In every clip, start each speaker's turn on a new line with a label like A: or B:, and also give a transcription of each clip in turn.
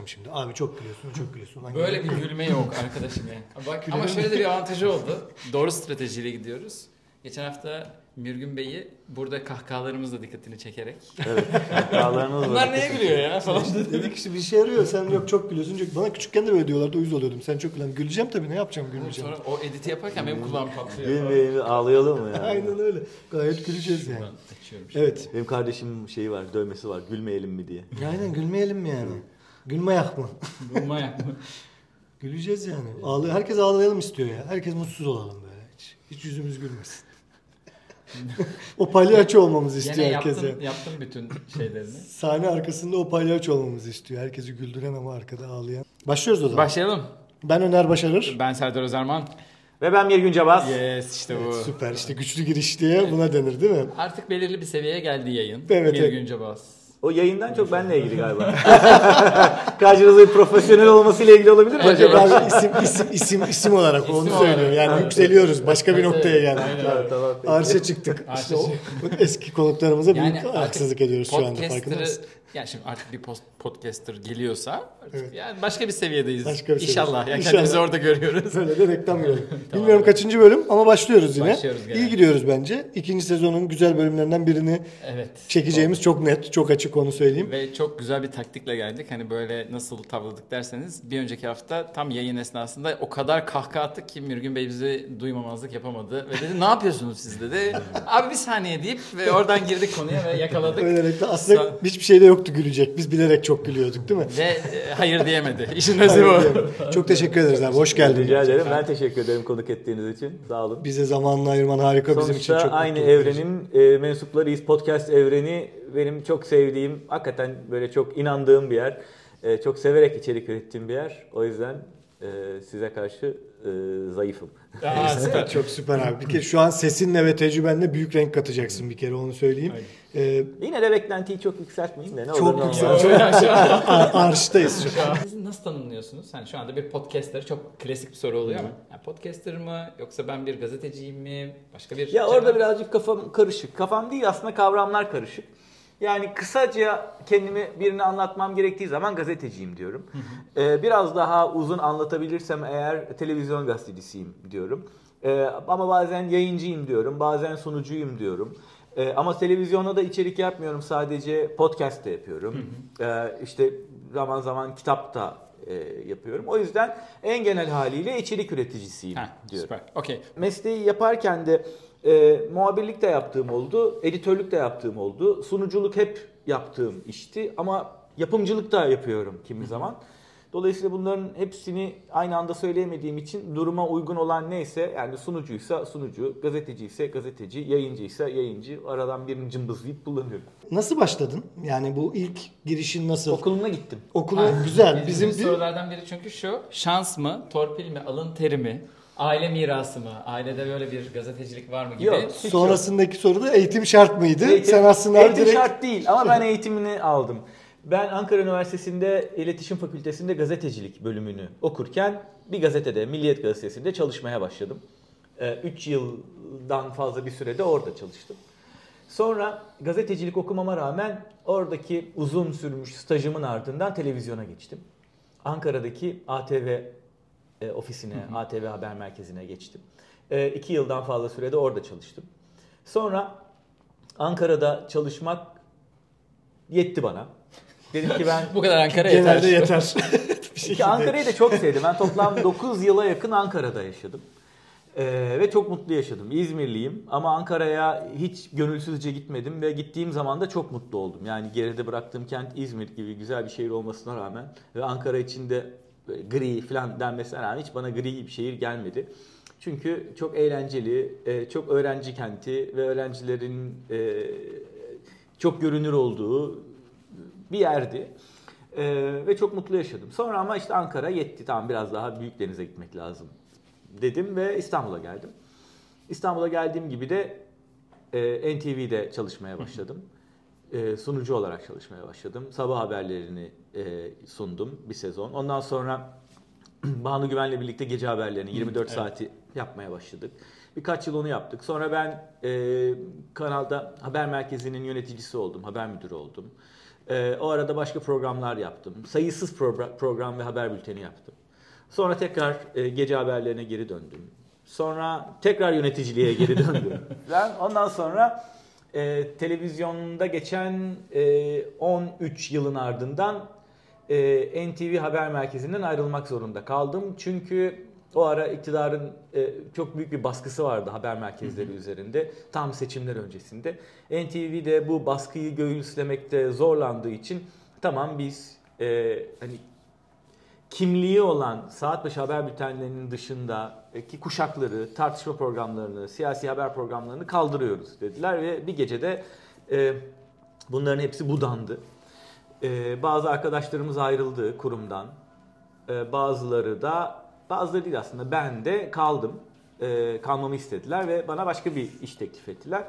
A: yapacağım şimdi. Abi çok gülüyorsun. Lan
B: Böyle bir gülme yok arkadaşım yani. Bak, ama şöyle de bir avantajı oldu. Doğru stratejiyle gidiyoruz. Geçen hafta Mürgün Bey'i burada kahkahalarımızla dikkatini çekerek.
C: Evet. Kahkahalarınız
B: Bunlar neye gülüyor ya falan.
A: Dedik işte bir şey yarıyor. Sen yok çok gülüyorsun. Bana küçükken de böyle diyorlardı. Uyuz oluyordum. Sen çok gülen. Güleceğim tabii. Ne yapacağım gülmeyeceğim.
B: Sonra o editi yaparken benim kulağım patlıyor.
C: Gülmeyelim, ağlayalım mı yani?
A: Aynen öyle. Gayet güleceğiz yani.
B: Açıyorum şimdi.
A: Evet.
C: Benim kardeşimin şeyi var, dövmesi var. Gülmeyelim mi diye.
A: Aynen gülmeyelim mi yani? Gülmeyak mı?
B: Bulmayak mı?
A: Güleceğiz yani. Herkes ağlayalım istiyor ya. Herkes mutsuz olalım böyle. Hiç yüzümüz gülmesin. O palyaço olmamızı istiyor
B: Yine
A: herkes ya.
B: yaptım bütün şeylerini.
A: Sahne arkasında o palyaço olmamızı istiyor. Herkesi güldüren ama arkada ağlayan. Başlıyoruz o zaman.
B: Başlayalım.
A: Ben Öner Başarır.
B: Ben Serdar Özerman.
C: Ve ben Mirgün Cabas.
B: Yes, işte bu.
A: Evet, süper işte güçlü giriş diye buna denir değil mi?
B: Artık belirli bir seviyeye geldi yayın.
A: Evet,
B: Bir
A: evet.
B: gün Cabas.
C: O yayından çok benimle ilgili galiba. Karşınızda bir profesyonel olmasıyla ilgili olabilir mi acaba?
A: Abi isim olarak onu
B: İsim
A: söylüyor.
B: olarak.
A: Yani yükseliyoruz. Başka bir
B: Evet,
A: noktaya geldik.
B: aynen.
C: Tamam, tamam, peki.
A: Arşa çıktık.
B: Arşa
A: İşte o eski konuklarımıza
B: Yani
A: büyük
B: artık
A: haksızlık ediyoruz şu anda farkında
B: podcaster'ı,
A: mısın?
B: yani şimdi artık bir podcaster geliyorsa artık
A: Evet.
B: yani başka bir seviyedeyiz.
A: Başka bir seviye.
B: İnşallah. Yani
A: İnşallah.
B: kendimizi orada görüyoruz.
A: Böyle de reklam görelim. Bilmiyorum kaçıncı bölüm ama başlıyoruz yine.
B: Başlıyoruz gene.
A: İyi gidiyoruz bence. İkinci sezonun güzel bölümlerinden birini
B: Evet.
A: çekeceğimiz çok net, çok açık onu söyleyeyim.
B: Ve çok güzel bir taktikle geldik. Hani böyle nasıl tavladık derseniz bir önceki hafta tam yayın esnasında o kadar kahkaha attık ki Mürgün Bey bizi duymamazlık yapamadı. Ve dedi ne yapıyorsunuz siz dedi. Abi bir saniye deyip ve oradan girdik konuya ve yakaladık.
A: Öyle reklam. Aslında hiçbir şeyde yoktu gülecek. Biz bilerek çok gülüyorduk değil mi?
B: Ve hayır diyemedi. İşin özü bu.
A: Çok teşekkür ederiz abi. Hoş geldin.
C: Rica ederim. Ben teşekkür ederim konuk ettiğiniz için. Sağ olun.
A: Bize zamanını ayırman harika bizim için.
C: Sonuçta
A: Çok
C: aynı
A: mutlu oluyoruz.
C: evrenin mensuplarıyız. Podcast evreni benim çok sevdiğim, hakikaten böyle çok inandığım bir yer. Çok severek içerik ürettiğim bir yer. O yüzden size karşı zayıfım.
B: Aa, süper.
A: Çok süper abi. Bir kere şu an sesinle ve tecrübenle büyük renk katacaksın bir kere onu söyleyeyim.
C: Yine de beklentiyi çok yükseltmeyin de ne olur
A: Çok
C: ne
A: yüksel.
C: olmaz.
A: Arştayız şu an.
B: Siz nasıl tanımlıyorsunuz? Hani şu anda bir podcaster, çok klasik bir soru oluyor ama yani podcaster mı yoksa ben bir gazeteciyim mi? Başka bir
C: Ya orada birazcık kafam karışık. Kafam değil aslında, kavramlar karışık. Yani kısaca kendimi birine anlatmam gerektiği zaman gazeteciyim diyorum. Biraz daha uzun anlatabilirsem eğer televizyon gazetecisiyim diyorum. Ama bazen yayıncıyım diyorum, bazen sunucuyum diyorum. Ama televizyonda da içerik yapmıyorum, sadece podcast da yapıyorum. İşte zaman zaman kitap da yapıyorum. O yüzden en genel haliyle içerik üreticisiyim diyorum.
B: Süper. Okey.
C: Mesleği yaparken de muhabirlik de yaptığım oldu, editörlük de yaptığım oldu. Sunuculuk hep yaptığım işti ama yapımcılık da yapıyorum kimi zaman. Dolayısıyla bunların hepsini aynı anda söyleyemediğim için duruma uygun olan neyse, yani sunucuysa sunucu, gazeteciyse gazeteci, yayıncıysa yayıncı, aradan birini cımbızlayıp kullanıyorum.
A: Nasıl başladın? Yani bu ilk girişin nasıl?
C: Okuluna gittim.
A: Okulu güzel. Bizim
B: sorulardan biri çünkü şu: şans mı, torpil mi, alın teri mi? Aile mirası mı? Ailede böyle bir gazetecilik var mı gibi.
C: Yok.
A: sonrasındaki soruda eğitim şart mıydı?
C: Eğitim,
A: Sen aslında abi
C: eğitim
A: direkt...
C: şart değil ama ben eğitimini aldım. Ben Ankara Üniversitesi'nde İletişim Fakültesi'nde gazetecilik bölümünü okurken bir gazetede, Milliyet Gazetesi'nde çalışmaya başladım. 3 yıldan fazla bir sürede orada çalıştım. Sonra gazetecilik okumama rağmen oradaki uzun sürmüş stajımın ardından televizyona geçtim. Ankara'daki ATV ofisine, ATV Haber Merkezi'ne geçtim. 2 yıldan fazla sürede orada çalıştım. Sonra Ankara'da çalışmak yetti bana. Dedim ki ben
B: Bu kadar Ankara
A: Genelde
B: yeter.
A: yeter. Bir şekilde.
C: Ankara'yı da çok sevdim. Ben toplam 9 yıla yakın Ankara'da yaşadım. Ve çok mutlu yaşadım. İzmirliyim ama Ankara'ya hiç gönülsüzce gitmedim ve gittiğim zaman da çok mutlu oldum. Yani geride bıraktığım kent İzmir gibi güzel bir şehir olmasına rağmen ve Ankara içinde gri falan denmesine rağmen hiç bana gri bir şehir gelmedi. Çünkü çok eğlenceli, çok öğrenci kenti ve öğrencilerin çok görünür olduğu bir yerdi. Ve çok mutlu yaşadım. Sonra ama işte Ankara yetti. Tamam, biraz daha büyük denize gitmek lazım dedim ve İstanbul'a geldim. İstanbul'a geldiğim gibi de NTV'de çalışmaya başladım. Sunucu olarak çalışmaya başladım. Sabah haberlerini sundum bir sezon. Ondan sonra Banu Güven'le birlikte gece haberlerini 24 saati yapmaya başladık. Birkaç yıl onu yaptık. Sonra ben kanalda haber merkezinin yöneticisi oldum, haber müdürü oldum. O arada başka programlar yaptım. Sayısız program ve haber bülteni yaptım. Sonra tekrar gece haberlerine geri döndüm. Sonra tekrar yöneticiliğe geri döndüm. Ondan sonra televizyonda geçen 13 yılın ardından NTV Haber Merkezi'nden ayrılmak zorunda kaldım. Çünkü o ara iktidarın çok büyük bir baskısı vardı haber merkezleri üzerinde. Tam seçimler öncesinde. NTV de bu baskıyı göğüslemekte zorlandığı için tamam biz hani kimliği olan saat başı haber bültenlerinin dışındaki kuşakları, tartışma programlarını, siyasi haber programlarını kaldırıyoruz dediler ve bir gecede bunların hepsi budandı. Bazı arkadaşlarımız ayrıldı kurumdan. Bazıları değil aslında, ben de kaldım. Kalmamı istediler ve bana başka bir iş teklif ettiler.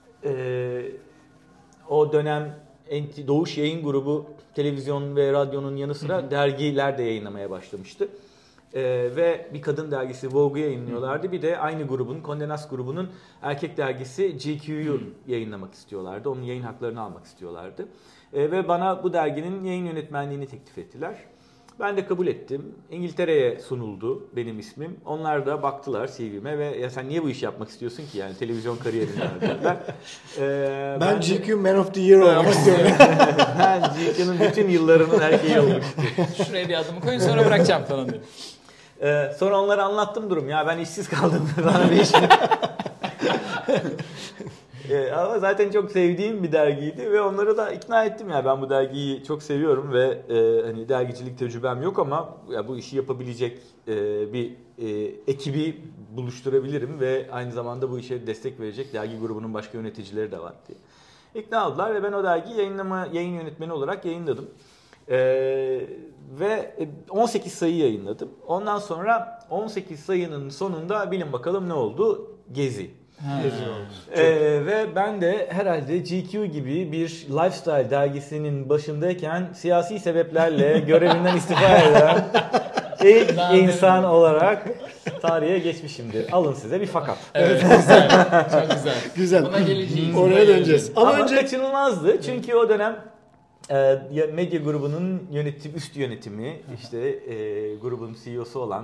C: O dönem Doğuş Yayın Grubu televizyon ve radyonun yanı sıra dergiler de yayınlamaya başlamıştı. Ve bir kadın dergisi Vogue'u yayınlıyorlardı. Bir de aynı grubun, Condé Nast grubunun erkek dergisi GQ'yu yayınlamak istiyorlardı. Onun yayın haklarını almak istiyorlardı. Ve bana bu derginin yayın yönetmenliğini teklif ettiler. Ben de kabul ettim. İngiltere'ye sunuldu benim ismim. Onlar da baktılar CV'me ve ya sen niye bu işi yapmak istiyorsun ki yani televizyon kariyerinde dediler.
A: Ben GQ Man of the Year olmak istiyorum.
C: Ben GQ'nun bütün yıllarının erkeği olmak istiyorum.
B: Şuraya bir adımı koyun sonra bırakacağım falan diyor.
C: Sonra onlara anlattım durum. Ya ben işsiz kaldım. Bana bir iş. Ama zaten çok sevdiğim bir dergiydi ve onları da ikna ettim ya ben bu dergiyi çok seviyorum ve hani dergicilik tecrübem yok ama ya bu işi yapabilecek bir ekibi buluşturabilirim ve aynı zamanda bu işe destek verecek dergi grubunun başka yöneticileri de var diye. İkna oldular ve ben o dergiyi yayın yönetmeni olarak yayınladım. Ve 18 sayı yayınladım. Ondan sonra 18 sayının sonunda bilin bakalım ne oldu? Gezi. Ve ben de herhalde GQ gibi bir lifestyle dergisinin başındayken siyasi sebeplerle görevinden istifa eden ilk insan olarak tarihe geçmişimdir. Alın size bir fakat.
B: Evet, güzel. Çok güzel.
A: Güzel.
B: Buna geleceğiz.
A: Oraya döneceğiz.
C: Ama
A: önce
C: kaçınılmazdı çünkü o dönem medya grubunun üst yönetimi işte grubun CEO'su olan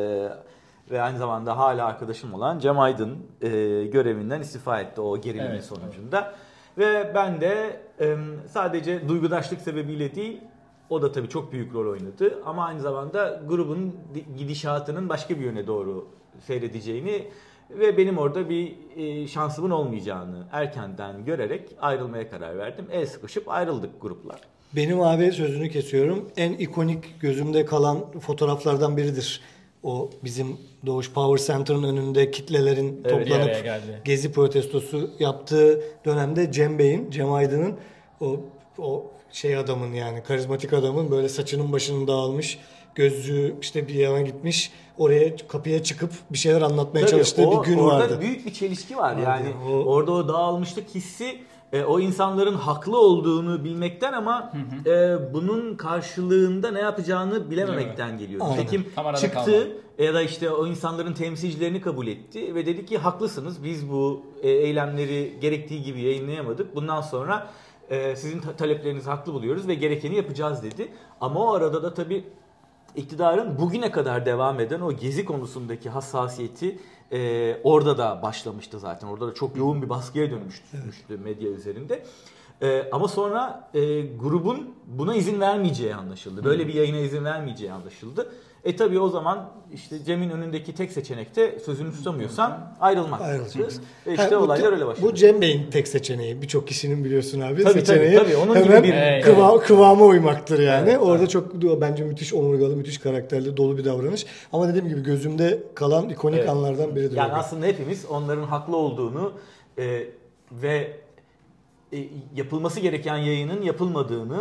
C: ve aynı zamanda hala arkadaşım olan Cem Aydın görevinden istifa etti o gerilimin sonucunda. Ve ben de sadece duygudaşlık sebebiyle değil, o da tabii çok büyük rol oynadı. Ama aynı zamanda grubun gidişatının başka bir yöne doğru seyredeceğini ve benim orada bir şansımın olmayacağını erkenden görerek ayrılmaya karar verdim. El sıkışıp ayrıldık gruplar.
A: benim abi sözünü kesiyorum. En ikonik gözümde kalan fotoğraflardan biridir. O bizim Doğuş Power Center'ın önünde kitlelerin toplanıp gezi protestosu yaptığı dönemde Cem Aydın'ın o şey adamın yani karizmatik adamın böyle saçının başının dağılmış, gözlüğü işte bir yana gitmiş, oraya kapıya çıkıp bir şeyler anlatmaya çalıştığı bir gün
C: orada
A: vardı.
C: Orada büyük bir çelişki var yani orada o dağılmışlık hissi o insanların haklı olduğunu bilmekten ama bunun karşılığında ne yapacağını bilememekten geliyor. Nitekim çıktı ya da işte o insanların temsilcilerini kabul etti ve dedi ki haklısınız biz bu eylemleri gerektiği gibi yayınlayamadık. Bundan sonra sizin taleplerinizi haklı buluyoruz ve gerekeni yapacağız dedi. Ama o arada da tabii iktidarın bugüne kadar devam eden o gezi konusundaki hassasiyeti orada da başlamıştı zaten. Orada da çok yoğun bir baskıya dönmüştü medya üzerinde. Ama sonra grubun buna izin vermeyeceği anlaşıldı. Böyle bir yayına izin vermeyeceği anlaşıldı. Tabii o zaman işte Cem'in önündeki tek seçenek de sözünü tutamıyorsan ayrılmak. Ve işte olaylar öyle başladı.
A: Bu Cem Bey'in tek seçeneği. Birçok kişinin biliyorsun abi.
C: Tabii. Onun
A: hemen
C: gibi bir
A: kıvama uymaktır yani. Orada çok bence müthiş omurgalı, müthiş karakterli, dolu bir davranış. Ama dediğim gibi gözümde kalan ikonik anlardan biridir.
C: Yani aslında hepimiz onların haklı olduğunu ve yapılması gereken yayının yapılmadığını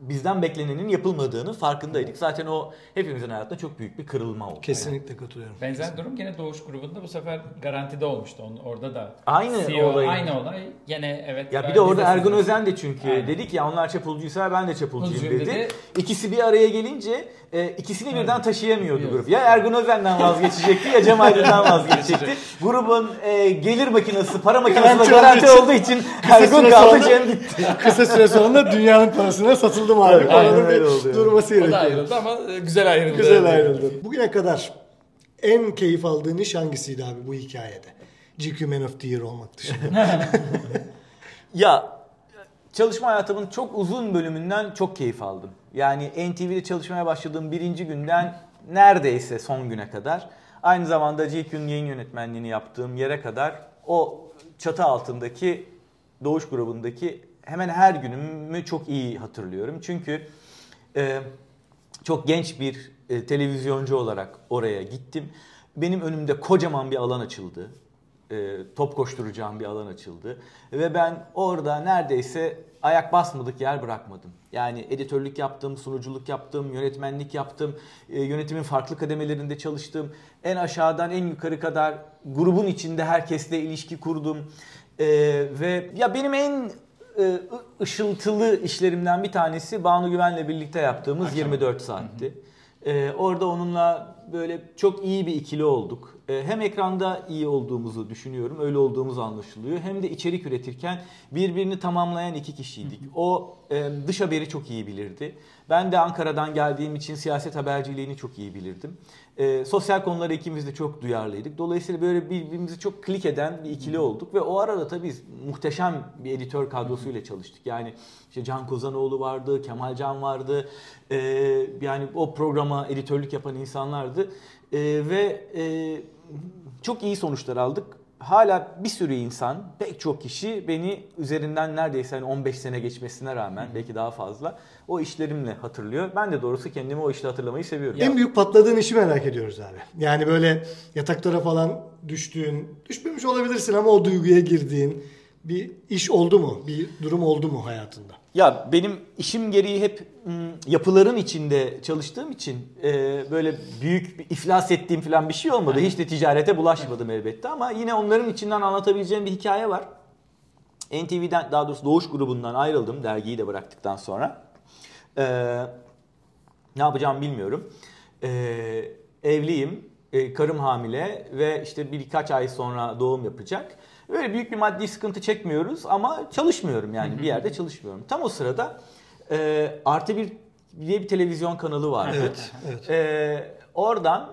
C: bizden beklenenin yapılmadığını farkındaydık. Zaten o hepimizin hayatında çok büyük bir kırılma oldu.
A: Kesinlikle katılıyorum.
B: Benzer durum gene Doğuş grubunda bu sefer garantide olmuştu. Orada da
C: Aynı
B: CEO,
C: olay.
B: aynı olay. Gene evet.
C: Ya bir de orada
B: biz
C: Ergun
B: sizin-
C: Özen de çünkü
B: Aynen.
C: dedik ya onlar çapulcuysa ben de çapulcuyum
B: Çapulcuyum
C: dedi.
B: dedi.
C: İkisi bir araya gelince ikisini birden taşıyamıyordu
B: Biliyoruz.
C: grup. Ya Ergun Özen'den vazgeçecekti ya Cem Aydın'dan vazgeçecekti. Grubun gelir makinesi, para makinesi garanti olduğu için Ergun
A: süre
C: kaldı
A: sonra-
C: Cem gitti.
A: Kısa süre sonra dünyanın parasına satıldım abi.
C: Evet, aynen
A: Oranın
C: öyle
A: bir
C: oldu yani.
A: durması
B: O da
A: gerekiyor.
B: ayrıldı ama güzel ayrıldı.
A: Güzel ayrıldı. Bugüne kadar en keyif aldığın iş hangisiydi abi bu hikayede? GQ Man of the Year olmak dışında.
C: Ya çalışma hayatımın çok uzun bölümünden çok keyif aldım. Yani NTV'de çalışmaya başladığım birinci günden neredeyse son güne kadar, aynı zamanda GQ'nun yayın yönetmenliğini yaptığım yere kadar o çatı altındaki Doğuş grubundaki hemen her günümü çok iyi hatırlıyorum. Çünkü çok genç bir televizyoncu olarak oraya gittim. Benim önümde kocaman bir alan açıldı. Top koşturacağım bir alan açıldı. Ve ben orada neredeyse ayak basmadık yer bırakmadım. Yani editörlük yaptım, sunuculuk yaptım, yönetmenlik yaptım. Yönetimin farklı kademelerinde çalıştım. En aşağıdan en yukarı kadar grubun içinde herkesle ilişki kurdum. Ve ya benim en ışıltılı işlerimden bir tanesi Banu Güven'le birlikte yaptığımız 24 saatti. Orada onunla böyle çok iyi bir ikili olduk. Hem ekranda iyi olduğumuzu düşünüyorum, öyle olduğumuz anlaşılıyor. Hem de içerik üretirken birbirini tamamlayan iki kişiydik. O dış haberi çok iyi bilirdi. Ben de Ankara'dan geldiğim için siyaset haberciliğini çok iyi bilirdim. Sosyal konulara ikimiz de çok duyarlıydık. Dolayısıyla böyle birbirimizi çok klik eden bir ikili olduk. Ve o arada tabii muhteşem bir editör kadrosuyla çalıştık. Yani işte Can Kozanoğlu vardı, Kemal Can vardı. Yani o programa editörlük yapan insanlardı. Ve çok iyi sonuçlar aldık. Hala bir sürü insan, pek çok kişi beni üzerinden neredeyse hani 15 sene geçmesine rağmen belki daha fazla o işlerimle hatırlıyor. Ben de doğrusu kendimi o işle hatırlamayı seviyorum.
A: En büyük patladığın işi merak ediyoruz abi. Yani böyle yataklara falan düşmemiş olabilirsin ama o duyguya girdiğin bir iş oldu mu? Bir durum oldu mu hayatında?
C: Ya benim işim gereği hep yapıların içinde çalıştığım için böyle büyük bir iflas ettiğim falan bir şey olmadı. Hiç de ticarete bulaşmadım elbette ama yine onların içinden anlatabileceğim bir hikaye var. NTV'den, daha doğrusu Doğuş grubundan ayrıldım dergiyi de bıraktıktan sonra. Ne yapacağımı bilmiyorum. Evliyim, karım hamile ve işte birkaç ay sonra doğum yapacak. Böyle büyük bir maddi sıkıntı çekmiyoruz ama çalışmıyorum yani bir yerde çalışmıyorum. Tam o sırada Artı Bir diye bir televizyon kanalı vardı.
A: Evet.
C: Oradan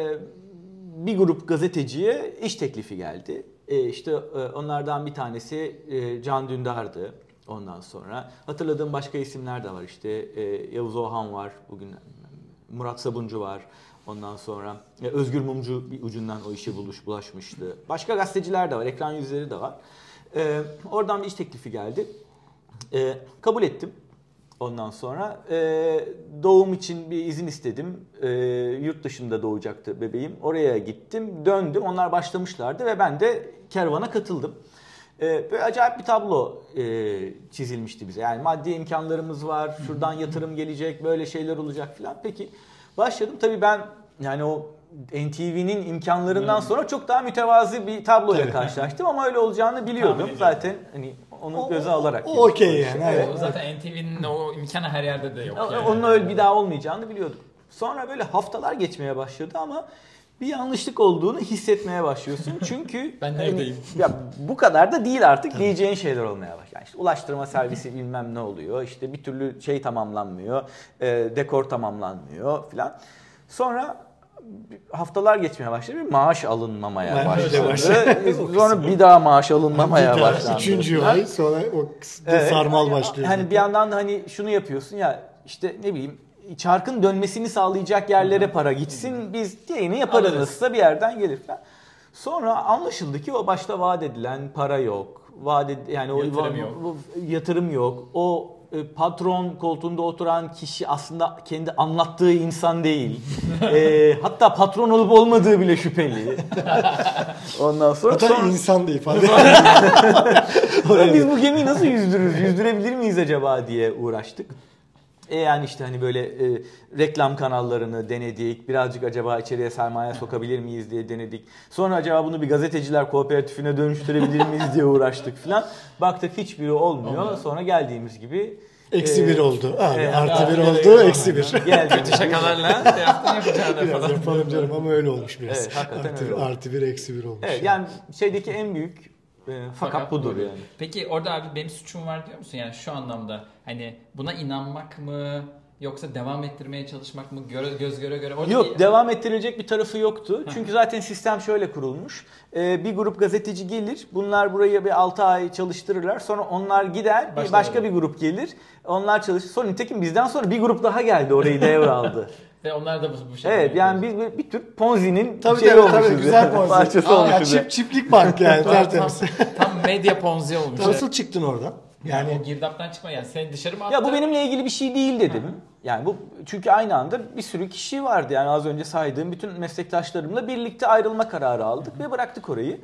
C: bir grup gazeteciye iş teklifi geldi. İşte onlardan bir tanesi Can Dündar'dı. Ondan sonra hatırladığım başka isimler de var. İşte Yavuz Ohan var, bugün Murat Sabuncu var. Ondan sonra Özgür Mumcu bir ucundan o işe bulaşmıştı. Başka gazeteciler de var, ekran yüzleri de var. Oradan bir iş teklifi geldi. Kabul ettim. Ondan sonra doğum için bir izin istedim. Yurt dışında doğacaktı bebeğim. Oraya gittim, döndüm. Onlar başlamışlardı ve ben de kervana katıldım. Böyle acayip bir tablo çizilmişti bize. Yani maddi imkanlarımız var, şuradan yatırım gelecek, böyle şeyler olacak falan. Peki başladım. Tabii ben yani o NTV'nin imkanlarından sonra çok daha mütevazi bir tabloyla karşılaştım ama öyle olacağını biliyordum. Zaten hani onu göze alarak.
A: O okey yani. Evet.
B: O zaten NTV'nin o imkanı her yerde de yok. Yani.
C: Onun öyle bir daha olmayacağını biliyordum. Sonra böyle haftalar geçmeye başladı ama bir yanlışlık olduğunu hissetmeye başlıyorsun. Çünkü
B: Ben neredeyim?
C: Ya bu kadar da değil artık diyeceğin şeyler olmaya başlıyor. Yani işte ulaştırma servisi bilmem ne oluyor. İşte bir türlü şey tamamlanmıyor. Dekor tamamlanmıyor filan. Sonra haftalar geçmeye başladı. Bir maaş alınmamaya başladı. Sonra bir daha maaş alınmamaya başladı.
A: Üçüncü ay sonra o sarmal başlıyor.
C: Hani bir yandan da hani şunu yapıyorsun ya işte ne bileyim çarkın dönmesini sağlayacak yerlere para gitsin. Biz yayını yaparız nasılsa bir yerden gelir falan. Sonra anlaşıldı ki o başta vaat edilen para yok. Yani o yatırım yok. O patron koltuğunda oturan kişi aslında kendi anlattığı insan değil. Hatta patron olup olmadığı bile şüpheli. Ondan sonra
A: hatta insan da ifade
C: biz bu gemiyi nasıl yüzdürürüz? Yüzdürebilir miyiz acaba diye uğraştık. Yani işte hani böyle reklam kanallarını denedik. Birazcık acaba içeriye sermaye sokabilir miyiz diye denedik. Sonra acaba bunu bir gazeteciler kooperatifine dönüştürebilir miyiz diye uğraştık falan. Baktık hiçbiri olmuyor. Sonra geldiğimiz gibi
A: Eksi bir oldu. Abi,
C: evet,
A: artı bir
B: abi,
A: oldu, eksi bir.
B: Kötü şakalarla yapacağını
A: Biraz
B: falan.
A: yapalım canım ama öyle olmuş biraz.
C: Evet, hakikaten öyle oldu.
A: Artı bir, eksi bir olmuş.
C: Evet, yani şeydeki en büyük fakat budur yani.
B: Peki orada abi benim suçum var diyor musun? Yani şu anlamda hani buna inanmak mı yoksa devam ettirmeye çalışmak mı göz göre göre? Orada
C: Yok, devam ettirilecek bir tarafı yoktu. Çünkü zaten sistem şöyle kurulmuş. Bir grup gazeteci gelir. Bunlar burayı bir 6 ay çalıştırırlar. Sonra onlar gider. Başka bir grup gelir. Onlar çalışır. Sonra nitekim bizden sonra bir grup daha geldi, orayı devraldı.
B: Ve onlar da bu şekilde.
C: Evet, yani biz bir tür Ponzi'nin
A: Tabii
C: şeyi
A: tabii,
C: olmuşuz.
A: güzel Ponzi.
C: Parçası olmuşuz.
A: Çiftlik bank yani tertemiz.
B: Tam medya ponzi olmuş.
A: Nasıl çıktın oradan?
B: Yani o girdaptan çıkma, yani seni dışarı mı attı?
C: Ya bu benimle ilgili bir şey değil dedim. Yani bu çünkü aynı anda bir sürü kişi vardı. Yani az önce saydığım bütün meslektaşlarımla birlikte ayrılma kararı aldık ve bıraktık orayı.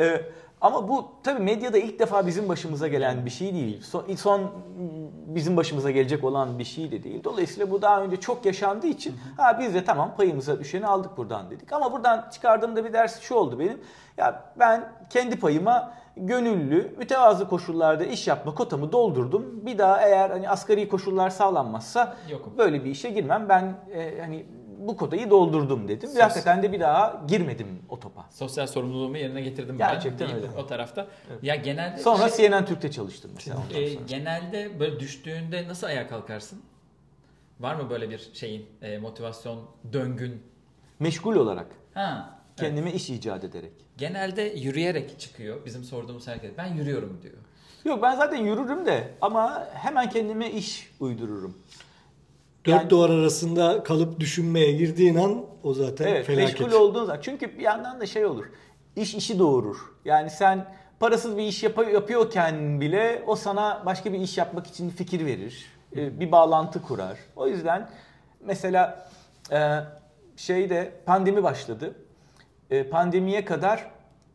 C: Ama bu tabii medyada ilk defa bizim başımıza gelen bir şey değil. Son bizim başımıza gelecek olan bir şey de değil. Dolayısıyla bu daha önce çok yaşandığı için biz de tamam payımıza düşeni aldık buradan dedik. Ama buradan çıkardığımda bir ders şu oldu benim. Ya ben kendi payıma gönüllü, mütevazı koşullarda iş yapma kotamı doldurdum. Bir daha eğer hani asgari koşullar sağlanmazsa böyle bir işe girmem. Ben hani bu kotayı doldurdum dedim. Ve hakikaten de bir daha girmedim o topa.
B: Sosyal sorumluluğumu yerine getirdim
C: Gerçekten
B: ben.
C: öyle.
B: O tarafta. Ya genelde
C: sonra CNN Türk'te çalıştım mesela.
B: Genelde böyle düştüğünde nasıl ayağa kalkarsın? Var mı böyle bir şeyin motivasyon döngün?
C: Meşgul olarak.
B: Evet.
C: Kendime iş icat ederek.
B: Genelde yürüyerek çıkıyor. Bizim sorduğumuz herkes. Ben yürüyorum diyor.
C: Yok, ben zaten yürürüm de ama hemen kendime iş uydururum.
A: Dört duvar arasında kalıp düşünmeye girdiğin an o zaten felaket.
C: Meşgul olduğun zaman. Çünkü bir yandan da şey olur. İş işi doğurur. Yani sen parasız bir iş yapıyorken bile o sana başka bir iş yapmak için fikir verir. Bir bağlantı kurar. O yüzden mesela pandemi başladı. Pandemiye kadar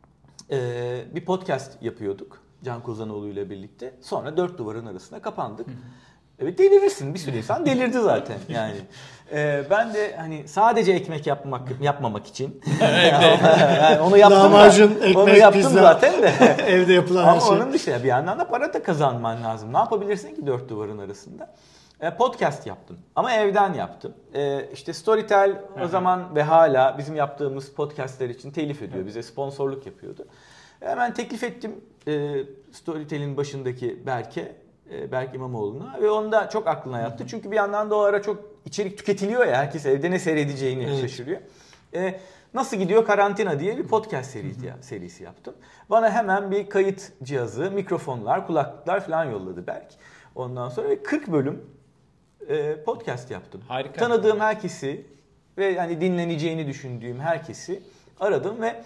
C: bir podcast yapıyorduk Can Kozanoğlu ile birlikte. Sonra dört duvarın arasına kapandık. Evet, delirirsin, bir sürü insan delirdi zaten yani. Ben de hani sadece ekmek yapmamak için yani onu yaptım.
A: Lahmacun, ekmek,
C: onu yaptım
A: pizza.
C: Zaten de.
A: Evde yapılan
C: Ama
A: her şey.
C: onun dışında bir yandan da para da kazanman lazım. Ne yapabilirsin ki dört duvarın arasında? Podcast yaptım ama evden yaptım. İşte Storytel o zaman ve hala bizim yaptığımız podcastler için telif ediyor. Bize sponsorluk yapıyordu. Hemen teklif ettim Storytel'in başındaki Berk İmamoğlu'na ve onu da çok aklına yattı. Çünkü bir yandan da o ara çok içerik tüketiliyor ya, herkes evde ne seyredeceğini şaşırıyor. Nasıl gidiyor karantina diye bir podcast serisi yaptım. Bana hemen bir kayıt cihazı, mikrofonlar, kulaklıklar falan yolladı Berk. Ondan sonra 40 bölüm podcast yaptım.
B: Harika.
C: Tanıdığım herkesi ve yani dinleneceğini düşündüğüm herkesi aradım ve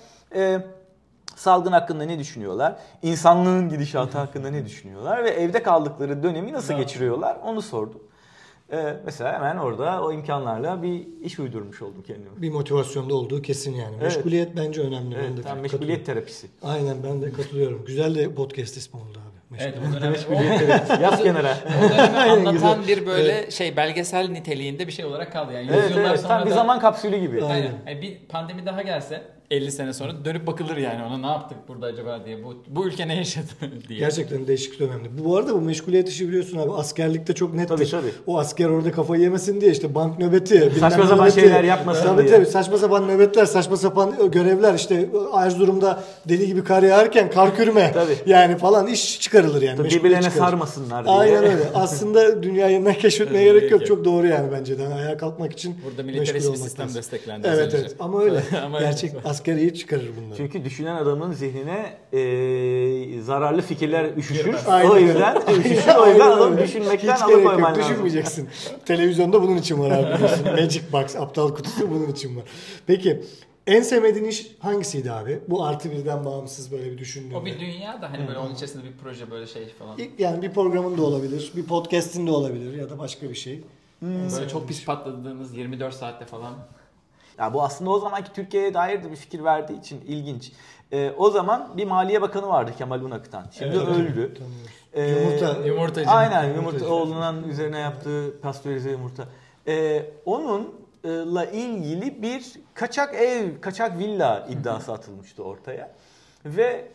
C: salgın hakkında ne düşünüyorlar? İnsanlığın gidişatı hakkında ne düşünüyorlar? Ve evde kaldıkları dönemi nasıl geçiriyorlar? Onu sordum. Mesela hemen orada o imkanlarla bir iş uydurmuş oldum kendime.
A: Bir motivasyonda olduğu kesin yani.
C: Evet.
A: Meşguliyet bence önemli.
C: Evet,
A: Ben de
C: tam meşguliyet terapisi.
A: Aynen, ben de katılıyorum. Güzel de podcast ismi oldu abi.
B: Evet, o dönem
C: Yaz kenara.
B: o dönemi anlatan bir böyle belgesel niteliğinde bir şey olarak kaldı. Yani
C: Evet,
B: yıllar
C: evet,
B: sonra
C: tam bir
B: da-
C: zaman kapsülü gibi.
B: Aynen. Yani bir pandemi daha gelse 50 sene sonra dönüp bakılır yani ona, ne yaptık burada acaba diye. Bu ülke ne yaşadı diye.
A: Gerçekten değişik dönemde. Bu arada bu meşguliyet işi biliyorsun abi, askerlikte çok nettir.
C: Tabii.
A: O asker orada kafayı yemesin diye işte bank nöbeti, bilmem
C: Saçma
A: ne
C: sapan
A: nöbeti.
C: şeyler yapmasın
A: tabii,
C: diye.
A: Tabii saçma sapan nöbetler, saçma sapan görevler, işte Erzurum'da deli gibi kar yağarken kar kürme
C: Tabii.
A: yani falan iş çıkarılır yani.
C: Tabii,
A: meşguliyet
C: birbirlerine
A: çıkarır.
C: sarmasınlar diye.
A: Aynen öyle. Aslında dünya yeniden keşfetmeye
B: Evet,
A: gerek yok.
B: gerek
A: Çok doğru yani bence de. Yani ayağa kalkmak için
B: Burada
A: meşgul
B: militarist bir
A: olmak
B: sistem
A: lazım.
B: desteklendi.
A: Evet
B: az önce.
A: evet ama öyle.
B: Ama
A: Gerçek
B: evet.
A: asker iyi çıkarır bunları.
C: Çünkü düşünen adamın zihnine zararlı fikirler üşüşür.
A: Aynen
C: O
A: öyle.
C: yüzden o yüzden adam
A: öyle.
C: düşünmekten
A: Hiç gerek yok,
C: alıkoyman lazım.
A: düşünmeyeceksin. Televizyonda bunun için var abi biliyorsun. Magic Box, aptal kutusu bunun için var. Peki en sevmediğin iş hangisiydi abi? Bu artı birden bağımsız böyle bir düşündüğünde.
B: O bir dünya da hani böyle onun içerisinde bir proje böyle şey falan.
A: Yani bir programın da olabilir, bir podcast'in de olabilir ya da başka bir şey.
B: Böyle çok pis patladığınız 24 saatte falan.
C: Ya bu aslında o zamanki Türkiye'ye dair de bir fikir verdiği için ilginç. O zaman bir Maliye Bakanı vardı, Kemal Unak'tan. Şimdi öldü.
B: Yumurtacı.
C: Aynen, oğlunun üzerine yaptığı pastörize yumurta. Onunla ilgili bir kaçak ev, kaçak villa iddiası atılmıştı ortaya. Ve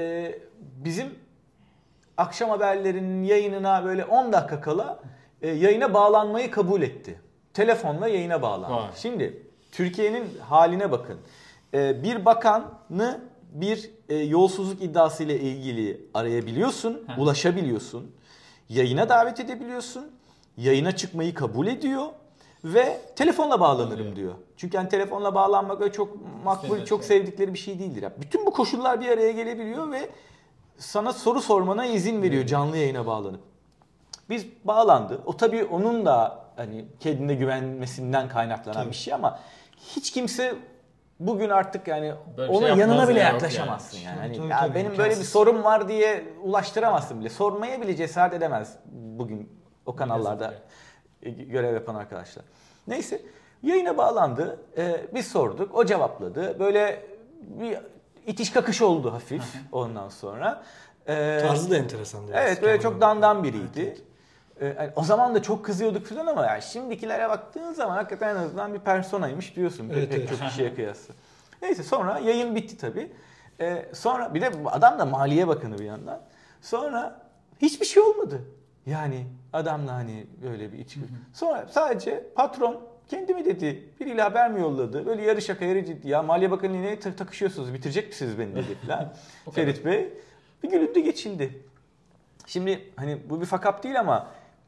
C: bizim akşam haberlerinin yayınına böyle 10 dakika kala yayına bağlanmayı kabul etti. Telefonla yayına bağlandı.
B: Vay.
C: Şimdi Türkiye'nin haline bakın. Bir bakanı bir yolsuzluk iddiası ile ilgili arayabiliyorsun, ulaşabiliyorsun. Yayına davet edebiliyorsun. Yayına çıkmayı kabul ediyor ve telefonla bağlanırım diyor. Çünkü hani telefonla bağlanmak öyle çok makbul, çok sevdikleri bir şey değildir. Yani bütün bu koşullar bir araya gelebiliyor ve sana soru sormana izin veriyor canlı yayına bağlanıp. Biz bağlandı. O tabii onun da hani kendine güvenmesinden kaynaklanan bir şey ama hiç kimse bugün artık yani
B: böyle
C: onun
B: şey
C: yanına bile
B: yok
C: yaklaşamazsın yani. Hani
A: Tabii,
C: ya
A: tabii,
C: benim
A: imkansız.
C: böyle bir sorum var diye ulaştıramazsın bile. Sormaya bile cesaret edemez bugün o kanallarda görev yapan arkadaşlar. Neyse yayına bağlandı. Biz sorduk. O cevapladı. Böyle bir itiş kakış oldu hafif ondan sonra.
A: Tarzı da enteresan.
C: Evet böyle çok dandan biriydi. Yani o zaman da çok kızıyorduk falan ama yani şimdikilere baktığın zaman hakikaten en azından bir personaymış diyorsun pek çok kişiye kıyasla. Neyse sonra yayın bitti tabii. Sonra bir de adam da Maliye Bakanı bir yandan. Sonra hiçbir şey olmadı. Yani adamla hani böyle bir içki. Sonra sadece patron kendi mi dedi, biriyle haber mi yolladı? Böyle yarı şaka yarı ciddi. Ya Maliye Bakanı ne takışıyorsunuz, bitirecek misiniz beni dedi falan. Ferit Bey bir gülündü geçildi. Şimdi hani bu bir fakap değil ama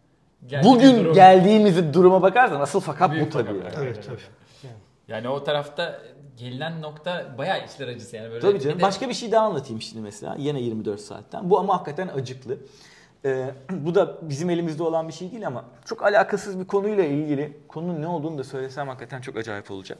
C: bugün geldiğimiz duruma bakarsan asıl fakap bu tabii.
A: Evet tabii.
B: Yani o tarafta gelinen nokta bayağı içler acısı yani. Böyle
C: Tabii canım.
B: bir de...
C: Başka bir şey daha anlatayım şimdi mesela. Yine 24 saatten. Bu ama hakikaten acıklı. Bu da bizim elimizde olan bir şey değil ama çok alakasız bir konuyla ilgili. Konunun ne olduğunu da söylesem hakikaten çok acayip olacak.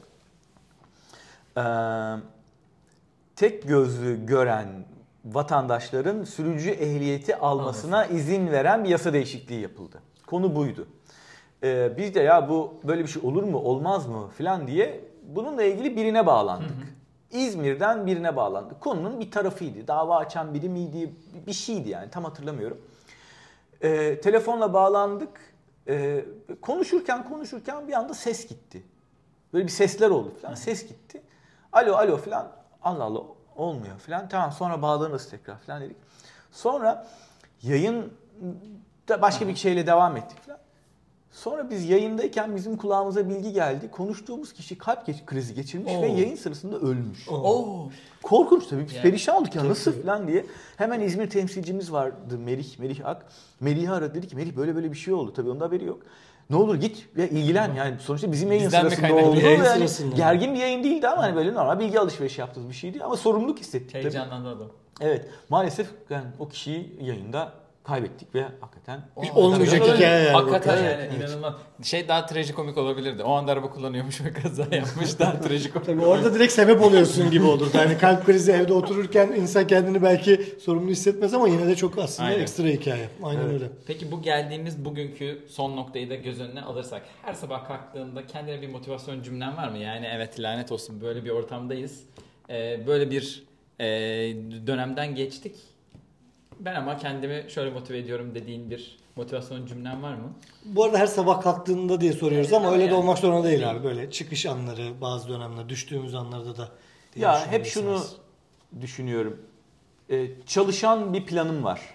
C: Tek gözlü gören vatandaşların sürücü ehliyeti almasına izin veren bir yasa değişikliği yapıldı. Konu buydu. Biz de ya bu böyle bir şey olur mu olmaz mı falan diye bununla ilgili birine bağlandık. İzmir'den birine bağlandık. Konunun bir tarafıydı. Dava açan biri miydi bir şeydi yani tam hatırlamıyorum. Telefonla bağlandık. Konuşurken bir anda ses gitti. Böyle bir sesler oldu falan. Ses gitti. Alo falan. Allah Allah olmuyor falan. Tamam sonra bağlanırız tekrar falan dedik. Sonra yayında başka bir şeyle devam ettik falan. Sonra biz yayındayken bizim kulağımıza bilgi geldi. Konuştuğumuz kişi kalp krizi geçirmiş ve yayın sırasında ölmüş. Korkunç tabii. Biz perişan olduk ya nasıl falan diye. Hemen İzmir temsilcimiz vardı Merih Ak. Merih'i aradı dedi ki Merih böyle bir şey oldu. Tabii onun da haberi yok. Ne olur git ve ilgilen yani sonuçta bizim yayın
B: Bizden
C: sırasında oldu. Yani
A: sırasında.
C: gergin bir yayın değildi ama hani böyle normal bilgi alışverişi yaptığımız bir şeydi ama sorumluluk hissettik.
B: Heyecanlandı adam.
C: Evet maalesef yani o kişiyi yayında kaybettik ve hakikaten
A: Olmayacak hikaye yani.
B: Hakikaten yani inanılmaz. Şey daha trajikomik olabilirdi. O anda araba kullanıyormuş ve kaza yapmış daha trajikomik.
A: Tabii orada direkt sebep oluyorsun gibi olurdu. Yani kalp krizi evde otururken insan kendini belki sorumlu hissetmez ama yine de çok aslında ekstra hikaye. Aynen öyle.
B: Peki bu geldiğimiz bugünkü son noktayı da göz önüne alırsak her sabah kalktığında kendine bir motivasyon cümlen var mı? Yani evet lanet olsun böyle bir ortamdayız. Böyle bir dönemden geçtik. Ben ama kendimi şöyle motive ediyorum dediğin bir motivasyon cümlen var mı?
A: Bu arada her sabah kalktığında diye soruyoruz ama öyle de
B: yani.
A: olmak zorunda değil abi. Böyle çıkış anları, bazı dönemler, düştüğümüz anlarda da.
C: Ya hep şunu düşünüyorum. Çalışan bir planım var.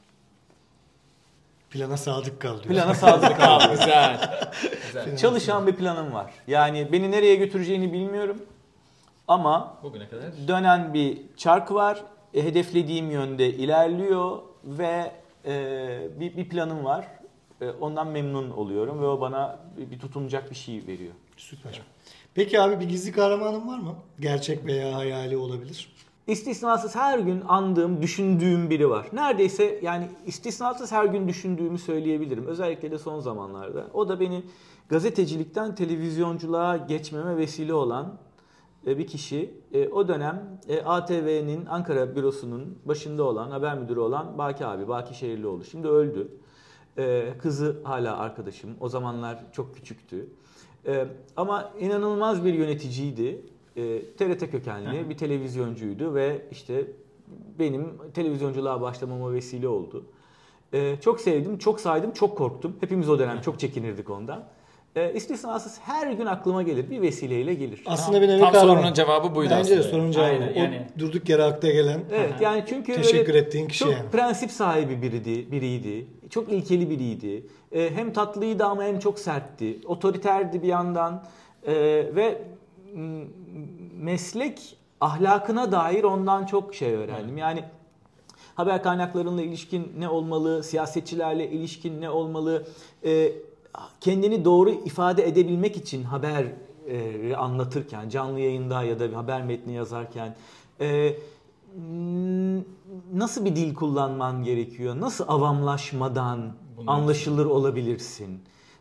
A: Plana sadık kal diyor.
C: Plana sadık kal.
B: Güzel.
C: Çalışan bir planım var. Yani beni nereye götüreceğini bilmiyorum. Ama
B: Bugüne kadar.
C: dönen bir çark var. Hedeflediğim yönde ilerliyor ve bir planım var. Ondan memnun oluyorum ve o bana bir tutunacak bir şey veriyor.
A: Süper. Peki abi bir gizli kahramanın var mı? Gerçek veya hayali olabilir.
C: İstisnasız her gün andığım, düşündüğüm biri var. Neredeyse yani istisnasız her gün düşündüğümü söyleyebilirim. Özellikle de son zamanlarda. O da beni gazetecilikten televizyonculuğa geçmeme vesile olan bir kişi. O dönem ATV'nin Ankara bürosunun başında olan, haber müdürü olan Baki abi, Baki Şehirlioğlu. Şimdi öldü. Kızı hala arkadaşım. O zamanlar çok küçüktü. Ama inanılmaz bir yöneticiydi. TRT kökenli bir televizyoncuydu ve işte benim televizyonculuğa başlamama vesile oldu. Çok sevdim, çok saydım, çok korktum. Hepimiz o dönem çok çekinirdik ondan. İstisnasız her gün aklıma gelir, bir vesileyle gelir.
A: Aslında bir nevi
B: tam
A: kahraman.
B: sorunun cevabı buydu
A: Bence
B: aslında.
A: de sorunun cevabı.
B: Aynen,
A: O
B: yani.
A: durduk yere akla gelen.
C: Evet, yani çünkü
A: teşekkür
C: böyle
A: ettiğin kişi
C: çok
A: yani.
C: prensip sahibi biriydi. Çok ilkeli biriydi. Hem tatlıydı ama hem çok sertti. Otoriterdi bir yandan. Ve meslek ahlakına dair ondan çok şey öğrendim. Yani haber kaynaklarıyla ilişkin ne olmalı, siyasetçilerle ilişkin ne olmalı, kendini doğru ifade edebilmek için haberi anlatırken, canlı yayında ya da bir haber metni yazarken nasıl bir dil kullanman gerekiyor, nasıl avamlaşmadan anlaşılır olabilirsin.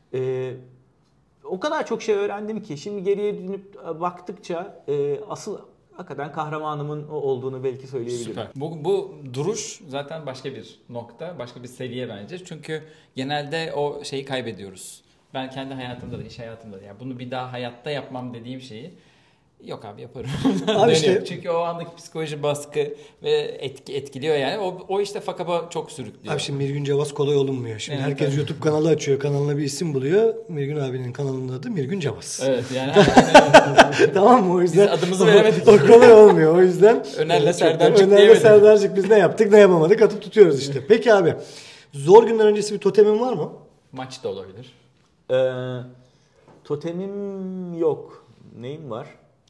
C: O kadar çok şey öğrendim ki şimdi geriye dönüp baktıkça asıl hakikaten kahramanımın o olduğunu belki söyleyebilirim.
B: Süper. Bu duruş zaten başka bir nokta, başka bir seviye bence. Çünkü genelde o şeyi kaybediyoruz. Ben kendi hayatımda da, iş hayatımda da. Yani bunu bir daha hayatta yapmam dediğim şeyi yok abi yaparım.
A: Abi işte,
B: çünkü o andaki psikoloji baskı ve etkiliyor yani. O işte fakaba çok sürüklüyor.
A: Abi şimdi Mirgün Cevaz kolay olunmuyor. Şimdi
B: Evet,
A: herkes
B: evet.
A: YouTube kanalı açıyor. Kanalına bir isim buluyor. Mirgün abinin kanalının adı Mirgün Cevaz.
B: Evet yani.
A: Tamam mı? O yüzden
B: Biz adımızı veremedik.
A: O kolay olmuyor. O yüzden
B: Öner'le Serdarcık
A: Öner'le
B: diyemedik.
A: Serdarcık biz ne yaptık ne yapamadık atıp tutuyoruz işte. Peki abi zor günler öncesi bir totemin var mı?
B: Maç da olabilir.
C: Totemim yok. Neyim var?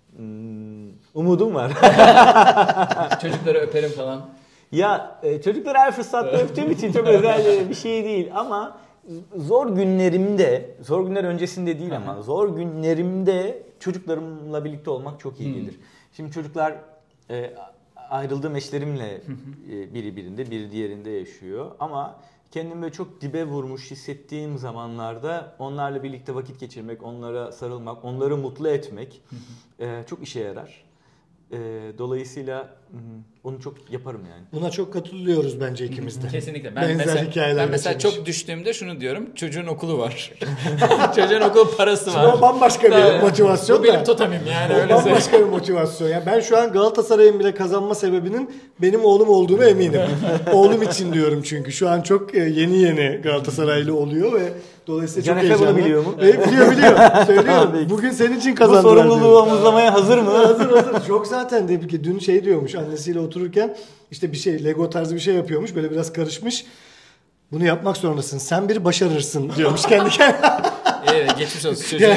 C: Umudum var.
B: Çocukları öperim falan.
C: Ya çocukları her fırsatta öptüğüm için çok özel bir şey değil ama zor günler öncesinde değil ama zor günlerimde çocuklarımla birlikte olmak çok iyi gelir. Şimdi çocuklar ayrıldığım eşlerimle biri birinde, biri diğerinde yaşıyor ama kendimi böyle çok dibe vurmuş hissettiğim zamanlarda onlarla birlikte vakit geçirmek, onlara sarılmak, onları mutlu etmek çok işe yarar. Dolayısıyla onu çok yaparım yani.
A: Buna çok katılıyoruz bence ikimiz de.
B: Kesinlikle.
A: Benzer hikayeler
B: ben mesela
A: geçirmiş.
B: çok düştüğümde şunu diyorum. Çocuğun okulu var. Çocuğun okul parası var.
A: O bambaşka bir motivasyon
B: Bu benim
A: da.
B: totemim yani
A: O
B: öyle söyleyeyim.
A: bambaşka bir motivasyon. Yani ben şu an Galatasaray'ın bile kazanma sebebinin benim oğlum olduğunu eminim. Oğlum için diyorum çünkü. Şu an çok yeni Galatasaraylı oluyor ve dolayısıyla çok
C: Canefe bunu
A: heyecanlı.
C: biliyor mu?
A: Biliyor. Söylüyorum. Bugün senin için
C: Bu
A: kazandılar.
C: sorumluluğu
A: diyorum.
C: omuzlamaya hazır mı?
A: Hazır. Çok zaten de ki dün şey diyormuş annesiyle otururken işte bir şey Lego tarzı bir şey yapıyormuş. Böyle biraz karışmış. Bunu yapmak zorundasın. Sen bir başarırsın diyormuş kendi kendine.
B: Evet geçmiş olsun çocuğun.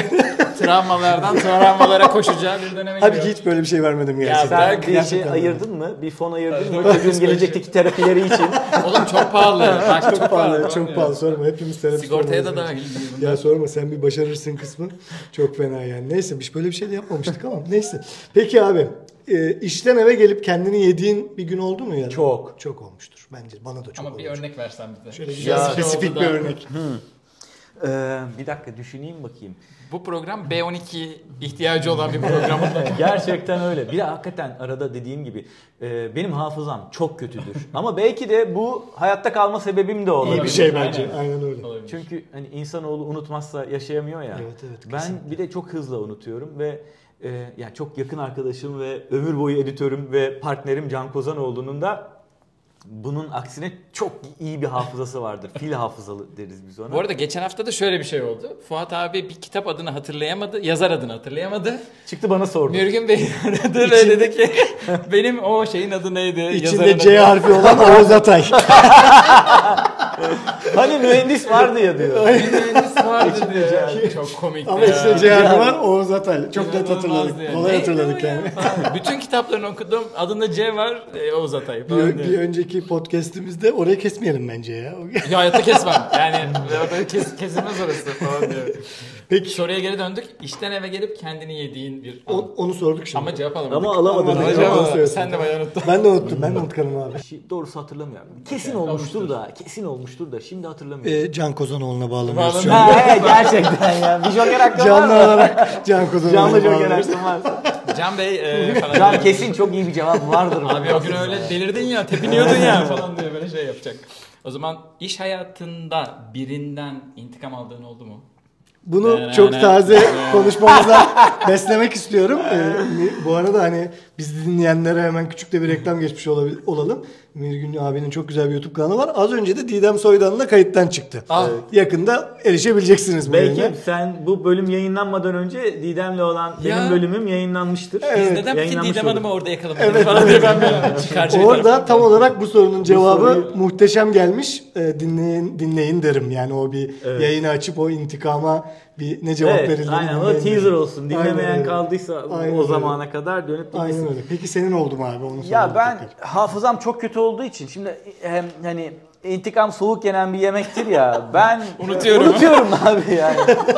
B: Travmalara koşacağı bir döneme giriyor.
A: Halbuki hiç böyle bir şey vermedim gerçekten.
C: Sen bir şey
A: Gerçekten.
C: ayırdın mı? Bir fon ayırdın mı? Çocuğun gelecekteki terapileri için.
B: Oğlum çok pahalı. Bak,
A: Çok pahalı,
B: falan
A: çok
B: diyor.
A: pahalı. Sorma hepimiz terapist
B: Sigortaya da
A: olmalıyız.
B: dahil değil bunlar.
A: Ya sorma sen bir başarırsın kısmı çok fena yani. Neyse biz böyle bir şey de yapmamıştık ama neyse. Peki abi işten eve gelip kendini yediğin bir gün oldu mu yani?
C: Çok.
A: Çok olmuştur bence. Bana da çok
B: Ama bir
A: olmuştur.
B: örnek versen bize.
A: Şöyle
B: Şu
A: güzel
B: şey
A: spesifik
B: oldu
A: bir
B: da-
A: örnek.
C: Bir dakika düşüneyim bakayım.
B: Bu program B12 ihtiyacı olan bir program.
C: Gerçekten öyle. Bir de hakikaten arada dediğim gibi benim hafızam çok kötüdür. Ama belki de bu hayatta kalma sebebim de olabilir.
A: İyi bir şey bence.
B: Aynen.
A: Aynen öyle.
B: Olabilir.
C: Çünkü hani insanoğlu unutmazsa yaşayamıyor ya.
A: Evet,
C: Ben
A: kesinlikle.
C: bir de çok hızlı unutuyorum ve yani çok yakın arkadaşım ve ömür boyu editörüm ve partnerim Can Kozanoğlu'nun da bunun aksine çok iyi bir hafızası vardır. Fil hafızalı deriz biz ona.
B: Bu arada geçen hafta da şöyle bir şey oldu. Fuat abi bir kitap adını hatırlayamadı, yazar adını hatırlayamadı.
C: Çıktı bana sordu.
B: Mürgün Bey aradı ve dedi ki benim o şeyin adı neydi? Yazarın
A: İçinde
B: adı.
A: C harfi olan Oğuz Atay.
C: Hani mühendis vardı ya diyor.
B: Mühendis vardı diyor. Çok komikti
A: Ama
B: ya.
A: içinde C harfi var Oğuz Atay. Çok net
B: İnanılmazdı
A: hatırladık.
B: yani.
A: Kolay
B: Neydi
A: hatırladık
B: o ya?
A: yani.
B: Falan. Bütün kitaplarını okudum. Adında C var. Oğuz Atay falan
A: Bir
B: diyor.
A: önceki podcast'imizde orayı kesmeyelim bence ya.
B: Ya hayatta kesmem. Yani orada kesilmez orası falan diyor.
A: Peki
B: Soruya geri döndük. İşten eve gelip kendini yediğin bir an.
A: onu sorduk şimdi.
B: Ama cevap alamadık.
C: Ama alamadık.
A: Ama
B: Cevap alamadık.
A: söylüyorsun.
B: Sen de bayağı unuttun.
A: Ben de unuttum. Ben de unutkanım abi.
C: Doğrusu hatırlamıyorum. Kesin olmuştur da. Kesin olmuştur da. Şimdi hatırlamıyorum.
A: Can Kozanoğlu'na bağlanıyoruz şu an.
B: Bağlanıyor.
C: Evet gerçekten ya. Bir joker hakkı var
A: Canlı
C: mı?
A: olarak Can Kozanoğlu'na
C: Canlı joker
A: bağlanıyoruz.
C: hakkım varsa.
B: Can Bey falan.
C: Can
B: diyor.
C: kesin çok iyi bir cevap vardır.
B: Abi o gün öyle delirdin ya, tepiniyordun ya falan diye böyle şey yapacak. O zaman iş hayatında birinden intikam aldığın oldu mu?
A: Bunu çok taze konuşmamıza beslemek istiyorum. Bu arada hani bizi dinleyenlere hemen küçük de bir reklam geçmiş olalım. Mirgün abinin çok güzel bir YouTube kanalı var. Az önce de Didem Soydan'ın da kayıttan çıktı. Evet. Yakında erişebileceksiniz bu
C: Belki
A: yayına.
C: sen bu bölüm yayınlanmadan önce Didem'le olan benim bölümüm yayınlanmıştır.
B: Biz neden peki Didem Hanım'ı orada yakalamadık
A: falan diye ben orada tam olarak bu sorunun cevabı muhteşem gelmiş. Dinleyin derim. Yani o bir yayını açıp o intikama bir ne cevap verildiğini.
C: Aynen o teaser olsun. Dinlemeyen kaldıysa o zamana kadar dönüp dinlesin.
A: Aynen öyle. Peki senin oldu mu abi? Onu
D: ya ben hafızam çok kötü olduğu için şimdi hem hani intikam soğuk yenen bir yemektir ya. Ben unutuyorum abi yani.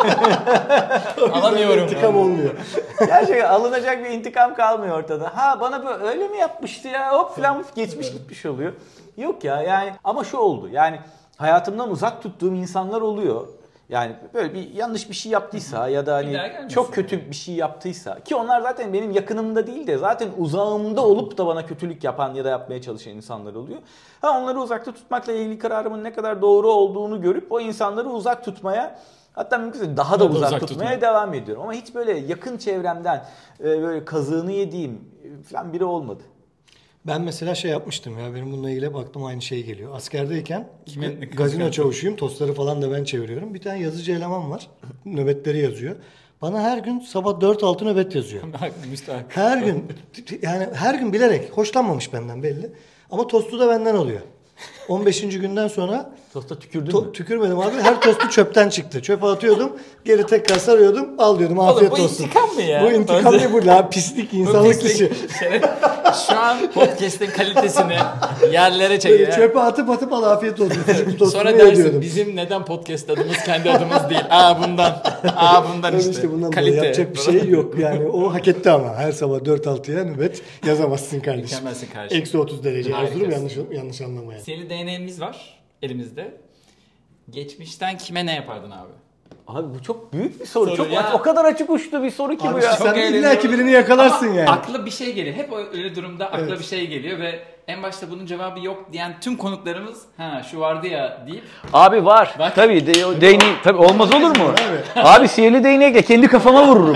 B: Alamıyorum.
A: İntikam olmuyor.
D: Gerçekten alınacak bir intikam kalmıyor ortada. Ha bana böyle öyle mi yapmıştı ya? Hop falan geçmiş gitmiş oluyor. Yok ya yani ama şu oldu. Yani hayatımdan uzak tuttuğum insanlar oluyor. Yani böyle bir yanlış bir şey yaptıysa ya da hani çok kötü bir şey yaptıysa ki onlar zaten benim yakınımda değil de zaten uzağımda olup da bana kötülük yapan ya da yapmaya çalışan insanlar oluyor. Onları uzakta tutmakla ilgili kararımın ne kadar doğru olduğunu görüp o insanları uzak tutmaya, hatta mümkünse daha da uzak tutmaya devam ediyorum. Ama hiç böyle yakın çevremden böyle kazığını yediğim falan biri olmadı.
A: Ben mesela şey yapmıştım ya, benim bununla ilgili baktım aynı şey geliyor. Askerdeyken gazino çavuşuyum, tostları falan da ben çeviriyorum. Bir tane yazıcı eleman var, nöbetleri yazıyor. Bana her gün sabah 4-6 nöbet yazıyor. Her gün, yani her gün bilerek, hoşlanmamış benden belli. Ama tostu da benden alıyor. 15. günden sonra
C: tosta tükürdün mü?
A: Tükürmedim abi. Her tostu çöpten çıktı. Çöpe atıyordum. Geri tekrar sarıyordum. Al diyordum. Afiyet olsun.
B: Bu intikam mı ya?
A: Bu intikam değil bu. La pislik, insanlık dışı.
B: Şu an podcast'in kalitesini yerlere çekiyor.
A: Çöpe atıp al afiyet olsun.
B: Sonra dersin bizim neden podcast adımız kendi adımız değil. Bundan işte.
A: İşte bundan kalite. Yapacak bir şey yok. Yani o hak etti ama. Her sabah 4-6'ya nöbet yazamazsın kardeşim.
B: Mükemmelsin kardeşim.
A: Eksi 30 derece Erzurum, yanlış anlamaya.
B: Senin DNA'miz var elimizde. Geçmişten kime ne yapardın abi?
D: Abi bu çok büyük bir soru. Çok o kadar açık uçlu bir soru ki
A: abi
D: bu ya.
A: Sen illaki birini yakalarsın yani.
B: Akla bir şey geliyor. Hep öyle durumda akla bir şey geliyor ve en başta bunun cevabı yok diyen tüm konuklarımız şu vardı ya deyip.
D: Abi var. Tabii değneği tabii olmaz olur mu? Abi sihirli değnekle kendi kafama vururum.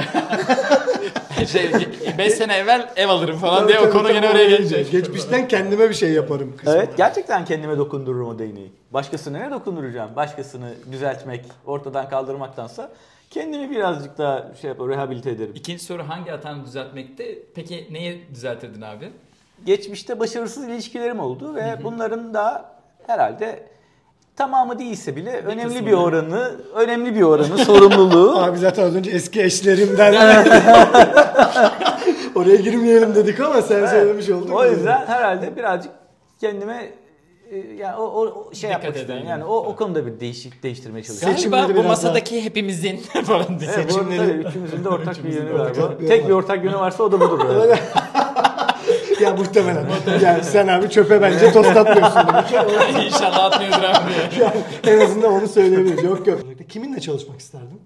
B: 5 sene evvel ev alırım falan diye o konu gene oraya gelecek.
A: Geçmişten kendime bir şey yaparım kısmına.
D: Evet, gerçekten kendime dokundururum o değneği. Başkasına ne dokunduracağım? Başkasını düzeltmek, ortadan kaldırmaktansa kendimi birazcık daha rehabilite ederim.
B: İkinci soru hangi hatanı düzeltmekte? Peki neyi düzeltirdin abi?
D: Geçmişte başarısız ilişkilerim oldu ve bunların da herhalde tamamı değilse bile önemli bir oranı sorumluluğu.
A: Abi zaten az önce eski eşlerimden oraya girmeyelim dedik ama sen söylemiş oldun.
D: O yüzden herhalde birazcık kendime yani o şey
B: dikkat
D: yapmak istiyorum. Yani o konuda bir değiştirmeye çalışıyorum.
B: Galiba bu masadaki hepimizin falan diye.
D: Evet, tabii üçümüzün de ortak bir yönü galiba. Tek bir ortak yönü varsa o da budur. Yani.
A: Ya muhtemelen. Yani sen abi çöpe bence tost atmıyorsun demek.
B: İnşallah atmıyordur abi.
A: Yani en azından onu söyleyebiliriz. Yok. Kiminle çalışmak isterdin?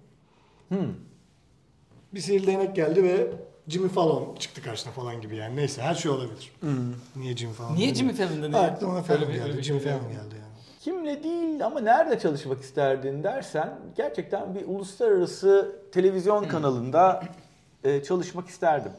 A: Bir sihirli değnek geldi ve Jimmy Fallon çıktı karşına falan gibi yani. Neyse her şey olabilir. Niye Jimmy Fallon?
B: Niye Jimmy Fallon dedi?
A: Aklıma Fallon geldi. Jimmy Fallon geldi yani.
D: Kimle değil ama nerede çalışmak isterdin dersen gerçekten bir uluslararası televizyon kanalında çalışmak isterdim.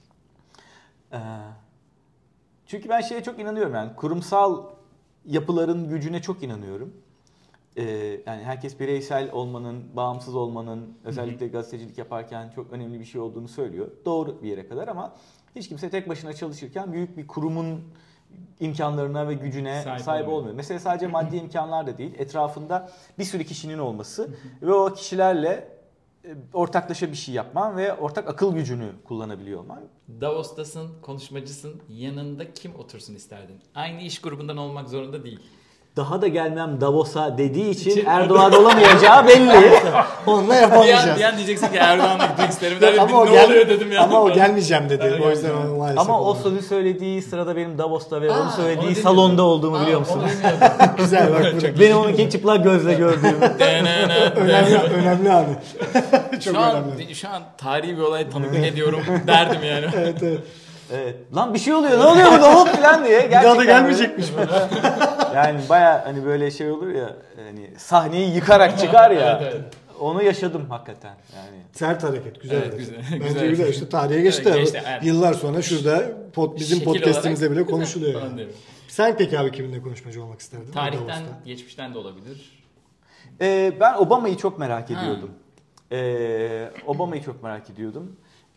D: Çünkü ben şeye çok inanıyorum yani kurumsal yapıların gücüne çok inanıyorum. Yani herkes bireysel olmanın, bağımsız olmanın özellikle gazetecilik yaparken çok önemli bir şey olduğunu söylüyor. Doğru bir yere kadar ama hiç kimse tek başına çalışırken büyük bir kurumun imkanlarına ve gücüne sahip olmuyor. Mesela sadece maddi imkanlar da değil, etrafında bir sürü kişinin olması ve o kişilerle ortaklaşa bir şey yapman ve ortak akıl gücünü kullanabiliyor olman.
B: Davos'tasın, konuşmacısın, yanında kim otursun isterdin? Aynı iş grubundan olmak zorunda değil.
D: Daha da gelmem Davos'a dediği için Erdoğan olamayacağı belli.
A: Onunla yapamayacağız.
B: Bir an diyeceksin ki Erdoğan'a gitmek isterim.
A: Ama
B: ne oluyor dedim ya.
A: Ama o gelmeyeceğim dedi. O yüzden maalesef.
D: Ama o sözü söylediği sırada benim Davos'ta ve onu söylediği salonda olduğumu biliyor musunuz?
A: Güzel bak.
D: Benim onunki çıplak gözle gördüğüm.
A: önemli abi. Çok önemli.
B: Şu an tarihi bir olay tanıklık ediyorum derdim yani.
D: Evet. Lan bir şey oluyor. Ne oluyor burada hop falan diye.
A: Bir daha da gelmeyecekmiş bu.
D: Yani baya hani böyle şey olur ya hani sahneyi yıkarak çıkar ya. onu yaşadım hakikaten yani.
A: Sert hareket. Güzel
B: Evet,
A: hareket.
B: güzel.
A: Bence
B: Güzel.
A: güzel. İşte tarihe geçti.
B: Evet, geçti, evet.
A: Yıllar sonra şurada bizim
B: Şekil
A: podcastimizde
B: olarak
A: bile konuşuluyor.
B: falan
A: Yani.
B: diyorum.
A: Sen peki abi kiminle konuşmacı olmak isterdin?
B: Tarihten,
A: Davos'ta.
B: geçmişten de olabilir.
D: Ben Obama'yı çok merak ediyordum. Obama'yı çok merak ediyordum.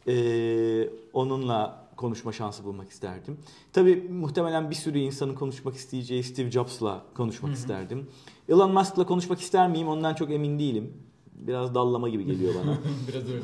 D: Onunla konuşma şansı bulmak isterdim. Tabii muhtemelen bir sürü insanın konuşmak isteyeceği Steve Jobs'la konuşmak isterdim. Elon Musk'la konuşmak ister miyim ondan çok emin değilim. Biraz dallama gibi geliyor bana.
B: Biraz öyle.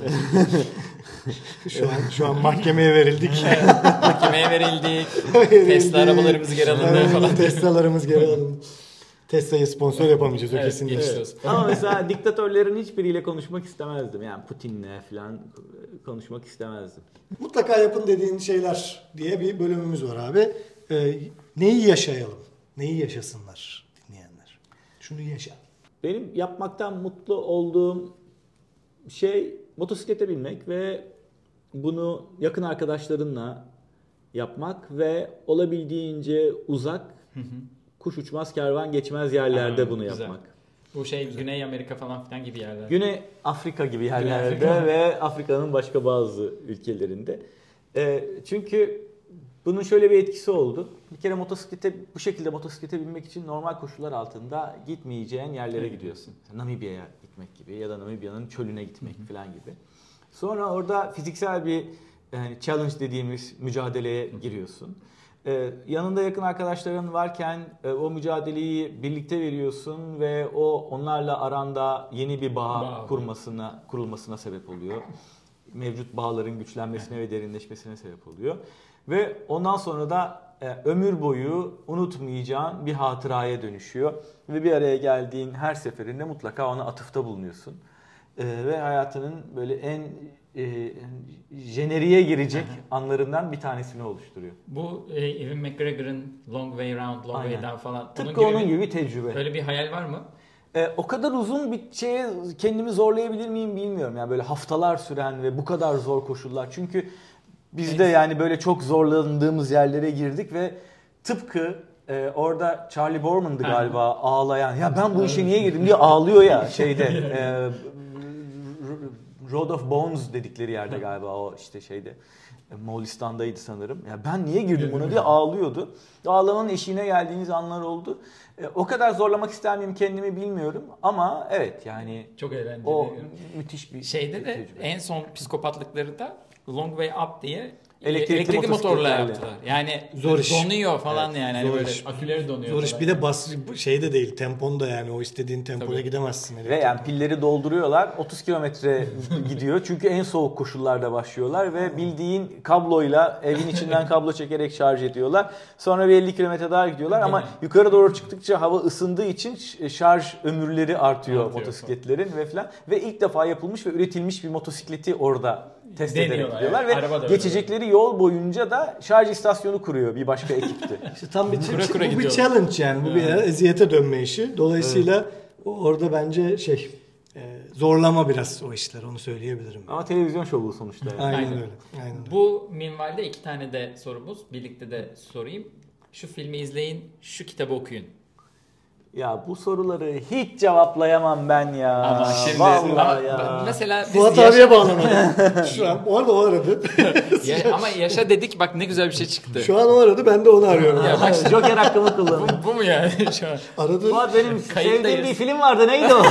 A: Şu an mahkemeye verildik.
B: Mahkemeye verildik. Tesla arabalarımızı geri alındı falan.
A: Tesla'larımız geri alındı. Tesla'yı sponsor yapamayacağız o
B: Evet,
A: kesin değil.
B: geçmiş olsun.
D: Ama mesela diktatörlerin hiçbiriyle konuşmak istemezdim. Yani Putin'le falan konuşmak istemezdim.
A: Mutlaka yapın dediğin şeyler diye bir bölümümüz var abi. Neyi yaşayalım? Neyi yaşasınlar dinleyenler? Şunu yaşa.
D: Benim yapmaktan mutlu olduğum şey motosiklete binmek ve bunu yakın arkadaşlarınla yapmak ve olabildiğince uzak, kuş uçmaz kervan geçmez yerlerde bunu
B: güzel.
D: yapmak.
B: Bu Güney Amerika falan filan gibi yerler.
D: Güney Afrika gibi yerlerde
B: Afrika.
D: ve Afrika'nın başka bazı ülkelerinde. Çünkü bunun şöyle bir etkisi oldu. Bir kere bu şekilde motosiklete binmek için normal koşullar altında gitmeyeceğin yerlere gidiyorsun. Namibya'ya gitmek gibi ya da Namibya'nın çölüne gitmek falan gibi. Sonra orada fiziksel bir challenge dediğimiz mücadeleye giriyorsun. Yanında yakın arkadaşların varken o mücadeleyi birlikte veriyorsun ve onlarla aranda yeni bir bağ kurulmasına sebep oluyor. Mevcut bağların güçlenmesine ve derinleşmesine sebep oluyor. Ve ondan sonra da ömür boyu unutmayacağın bir hatıraya dönüşüyor. Ve bir araya geldiğin her seferinde mutlaka ona atıfta bulunuyorsun. Ve hayatının böyle en jeneriğe girecek anlarından bir tanesini oluşturuyor.
B: Bu Ewan McGregor'ın Long Way Round, Long
D: Aynen.
B: Way Down falan.
D: Tıpkı onun gibi bir tecrübe.
B: Öyle bir hayal var mı?
D: O kadar uzun bir şeye kendimi zorlayabilir miyim bilmiyorum. Yani böyle haftalar süren ve bu kadar zor koşullar. Çünkü biz de yani böyle çok zorlandığımız yerlere girdik ve tıpkı orada Charlie Borman'dı galiba ağlayan. Ya ben bu işe niye girdim diye ağlıyor ya şeyde. Road of Bones dedikleri yerde galiba o işte şeyde. Moğolistan'daydı sanırım. Ya ben niye girdim buna diye ağlıyordu. Ağlamanın eşiğine geldiğiniz anlar oldu. O kadar zorlamak ister miyim kendimi bilmiyorum ama evet yani
B: çok eğlenceli.
D: o müthiş bir
B: şeyde de
D: tecrübe.
B: en son psikopatlıkları da Long Way Up diye
D: Elektrikli
B: motorla
D: motosikletlerle.
B: yaptılar. Yani
A: Zor iş.
B: donuyor falan yani. Hani
A: zor
B: böyle
A: iş.
B: aküleri donuyor.
A: Zor iş.
B: falan.
A: Bir de şeyde değil. Tempon da yani o istediğin tempoya
B: Tabii.
A: gidemezsin.
D: Ve yani pilleri dolduruyorlar 30 kilometre gidiyor çünkü en soğuk koşullarda başlıyorlar ve bildiğin kabloyla evin içinden kablo çekerek şarj ediyorlar. Sonra bir 50 kilometre daha gidiyorlar ama yukarı doğru çıktıkça hava ısındığı için şarj ömürleri artıyor motosikletlerin ve falan. Ve ilk defa yapılmış ve üretilmiş bir motosikleti orada test ederek gidiyorlar
B: evet.
D: ve geçecekleri yol boyunca da şarj istasyonu kuruyor bir başka ekipti.
A: İşte tam bir
B: Kura
A: bu bir
B: gidiyorlar.
A: challenge yani. Bu bir eziyete dönme işi. Dolayısıyla orada bence zorlama biraz o işler onu söyleyebilirim.
D: Ama televizyon şovu sonuçta. Yani.
A: Aynen
B: Aynen.
A: öyle. Aynen öyle.
B: Bu minvalde 2 tane de sorumuz. Birlikte de sorayım. Şu filmi izleyin, şu kitabı okuyun.
D: Ya bu soruları hiç cevaplayamam ben ya.
B: Ama şimdi
D: Vallahi ya.
B: mesela biz
A: Fuat abiye bağlamadım. Şu an o arada o aradı.
B: ama yaşa dedik bak ne güzel bir şey çıktı.
A: Şu an o aradı ben de onu arıyorum.
B: Ya bak şimdi-
D: Joker hakkımı kullanın.
B: bu mu yani şu an?
A: Aradı.
D: Fuat benim
B: Kayıttayız.
D: sevdiğim bir film vardı neydi o?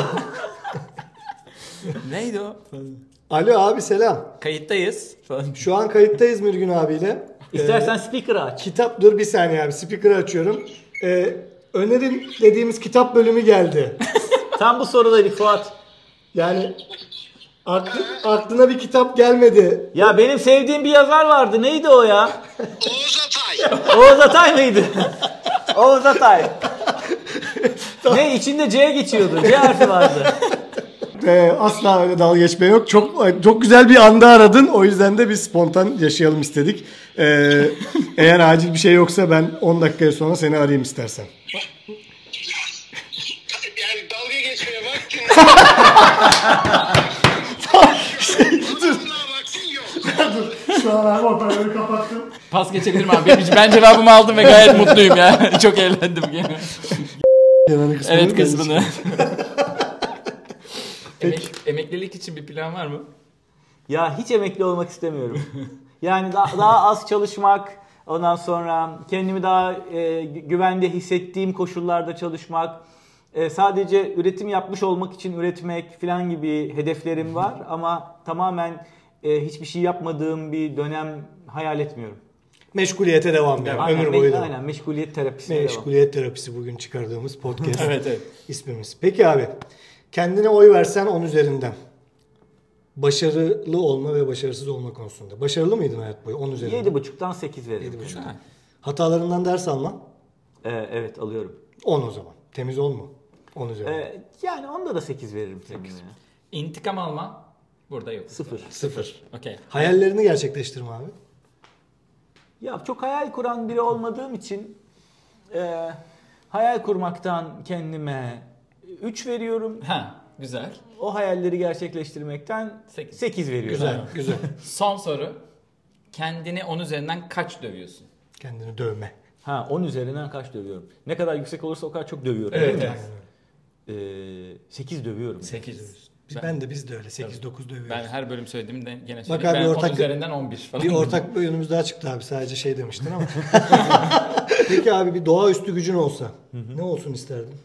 B: Neydi o?
A: Alo abi selam.
B: Kayıttayız falan.
A: Şu an kayıttayız Mürgün abiyle.
D: İstersen speaker'ı aç.
A: Kitap dur bir saniye abi speaker'ı açıyorum. Önerin dediğimiz kitap bölümü geldi.
D: Tam bu sorudaydı Fuat.
A: Yani aklına bir kitap gelmedi.
D: Ya benim sevdiğim bir yazar vardı. Neydi o ya?
E: Oğuz Atay.
D: Oğuz Atay mıydı? Oğuz Atay. Ne içinde C geçiyordu. C harfi vardı.
A: Asla öyle dalga geçme yok. Çok güzel bir anda aradın. O yüzden de biz spontan yaşayalım istedik. Eğer acil bir şey yoksa ben 10 dakika sonra seni arayayım istersen.
E: Yani dalga geçmeye vaktin
A: Dur.
E: vaktin yok.
A: Şu an abi operatörü kapattım.
B: Pas geçebilirim abi. Ben cevabımı aldım ve gayet mutluyum ya. Çok eğlendim.
A: Yanını
B: Evet kısmını. Emeklilik için bir plan var mı?
C: Ya hiç emekli olmak istemiyorum. Yani daha az çalışmak, ondan sonra kendimi daha güvende hissettiğim koşullarda çalışmak, sadece üretim yapmış olmak için üretmek falan gibi hedeflerim var ama tamamen hiçbir şey yapmadığım bir dönem hayal etmiyorum.
A: Meşguliyete devam yani. Ömür boyu devam.
C: Aynen meşguliyet terapisine devam.
A: Meşguliyet terapisi bugün çıkardığımız podcast
B: Evet.
A: ismimiz. Peki abi, kendine oy versen 10 üzerinden. Başarılı olma ve başarısız olma konusunda. Başarılı mıydın hayat boyu 10 üzerinden?
C: 7,5'tan 8 veririm.
A: 7,5. Hatalarından ders alma.
C: Evet alıyorum.
A: 10 o zaman. Temiz 10 mu? 10 üzerinden.
C: Yani onda da 8 veririm kendime.
B: İntikam alma burada yok.
C: 0.
B: Okey.
A: Hayallerini gerçekleştirme abi.
C: Ya çok hayal kuran biri olmadığım için hayal kurmaktan kendime 3 veriyorum.
B: Ha, güzel.
C: O hayalleri gerçekleştirmekten 8 veriyorum.
A: Güzel, güzel.
B: Son soru. Kendini 10 üzerinden kaç dövüyorsun?
A: Kendini dövme.
C: 10 üzerinden kaç dövüyorum? Ne kadar yüksek olursa o kadar çok dövüyorum.
B: Evet,
C: değil mi?
B: evet.
C: 8 dövüyorum.
B: 8.
A: Biz de öyle 8-9 dövüyoruz.
B: Ben her bölüm söylediğimde gene
A: Bak
B: söyleyeyim.
A: abi,
B: Ben
A: ortak-
B: 10 üzerinden 11 falan.
A: Bir ortak bölümümüz daha çıktı abi. Sadece şey demiştin ama. Peki abi, bir doğaüstü gücün olsa ne olsun isterdin?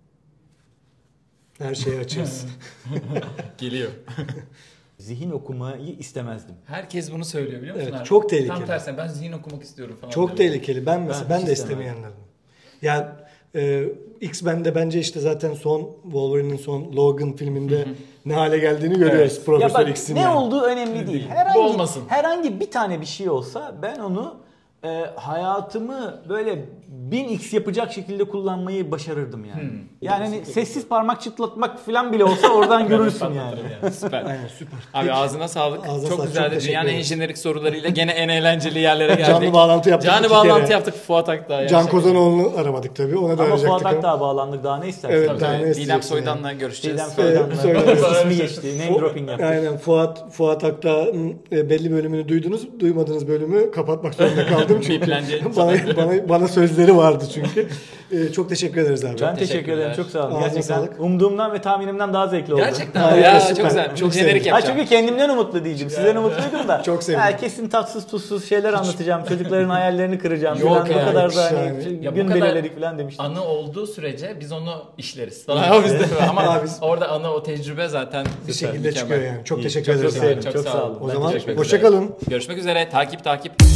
A: Her şeye açığız.
B: Geliyor.
C: Zihin okumayı istemezdim.
B: Herkes bunu söylüyor biliyor musun?
A: Evet,
B: abi?
A: çok tehlikeli.
B: Tam tersine ben zihin okumak istiyorum falan.
A: Çok
B: diyor.
A: tehlikeli. Ben mesela ben
C: hiç
A: de
C: istemem.
A: istemeyenlerdim. Yani X-Men'de bence işte zaten son Wolverine'in son Logan filminde ne hale geldiğini görüyoruz
C: Ya
A: Profesör
C: bak,
A: X'in.
C: ne
A: yani.
C: olduğu önemli değil.
B: Bu olmasın.
C: Herhangi bir tane bir şey olsa ben onu hayatımı böyle 1000x yapacak şekilde kullanmayı başarırdım yani. Yani hani sessiz parmak çıtlatmak falan bile olsa oradan görürsün yani.
B: Patlatırım yani. Süper.
A: Aynen, süper.
B: Abi
A: Peki.
B: ağzına sağlık.
A: Ağzına
B: çok
A: sağlık,
B: güzeldi.
A: çok teşekkür
B: Dünyanın en
A: ederiz.
B: jenerik sorularıyla gene en eğlenceli yerlere geldik.
A: Canlı bağlantı yaptık.
B: Canlı
A: 2
B: bağlantı
A: kere.
B: yaptık Fuat Aktağ.
A: Can Kozanoğlu'nu aramadık tabii. Ona da
C: Ama
A: arayacaktık
C: Fuat
A: ama.
C: Aktağ'a bağlandık, daha ne istersin?
A: Evet,
B: Tabii,
A: daha ne
B: tabii.
A: isteyeceksin
B: Didem Soydan'la
A: yani?
B: görüşeceğiz.
C: Didem Soydan'la
A: Soydan.
C: ismi geçti, name dropping yaptık.
A: Aynen, Fuat Aktağ'ın belli bölümünü duydunuz. Duymadığınız bölümü kapatmak zorunda kaldım. Çünkü
B: Biplendi.
A: bana sözleri vardı çünkü. Çok teşekkür ederiz abi.
C: Ben teşekkür
B: Teşekkürler.
C: ederim, çok sağ olun.
A: Ağzına
C: Gerçekten
A: sağlık.
C: umduğumdan ve tahminimden daha zevkli oldu.
B: Gerçekten
A: Harika,
B: ya
A: süper.
B: çok güzel.
A: Çok
B: Çok jenerik
A: sevdim.
B: yapacağım.
C: Çünkü kendimden umutlu değildim. Sizden umutluydum da.
A: Çok sevindim.
C: Kesin tatsız tuzsuz şeyler anlatacağım. Çocukların hayallerini kıracağım.
B: Yok
C: falan. Bu
B: yani,
C: kadar da hani
A: yani.
B: Ya bu
C: gün
B: kadar
C: belirledik falan demiştim.
B: Anı olduğu sürece biz onu işleriz. Ama
A: Abi,
B: orada anı, o tecrübe zaten
A: bir
B: süper,
A: şekilde
B: mükemmel.
A: çıkıyor yani. Çok
B: İyi,
A: teşekkür
B: çok
A: ederiz
B: sevindim,
A: abi.
C: Çok sağ olun.
A: O
B: Ben
A: zaman
B: teşekkür ederim.
A: hoşça kalın.
B: Görüşmek üzere. Takip.